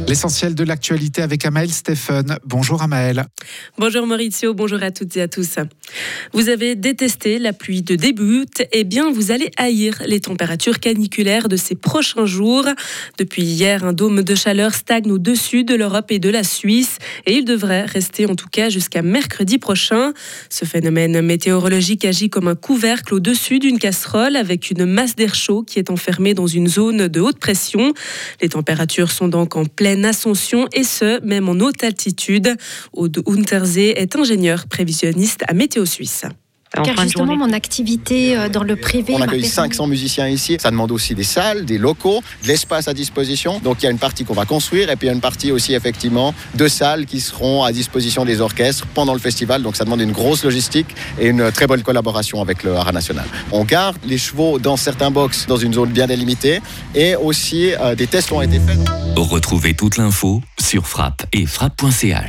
L'essentiel de l'actualité avec Amaël Stephen. Bonjour Amaël. Bonjour Maurizio, bonjour à toutes et à tous. Vous avez détesté la pluie de début août, eh bien vous allez haïr les températures caniculaires de ces prochains jours. Depuis hier, un dôme de chaleur stagne au-dessus de l'Europe et de la Suisse et il devrait rester en tout cas jusqu'à mercredi prochain. Ce phénomène météorologique agit comme un couvercle au-dessus d'une casserole avec une masse d'air chaud qui est enfermée dans une zone de haute pression. Les températures sont donc en pleine ascension et ce, même en haute altitude. Aude Untersee est ingénieur prévisionniste à Météo Suisse. Car justement, mon activité dans le privé... On accueille 500 musiciens ici. Ça demande aussi des salles, des locaux, de l'espace à disposition. Donc il y a une partie qu'on va construire et puis il y a une partie aussi effectivement de salles qui seront à disposition des orchestres pendant le festival. Donc ça demande une grosse logistique et une très bonne collaboration avec le Haras National. On garde les chevaux dans certains box dans une zone bien délimitée et aussi des tests ont été faits. Retrouvez toute l'info sur frappe et frappe.ch.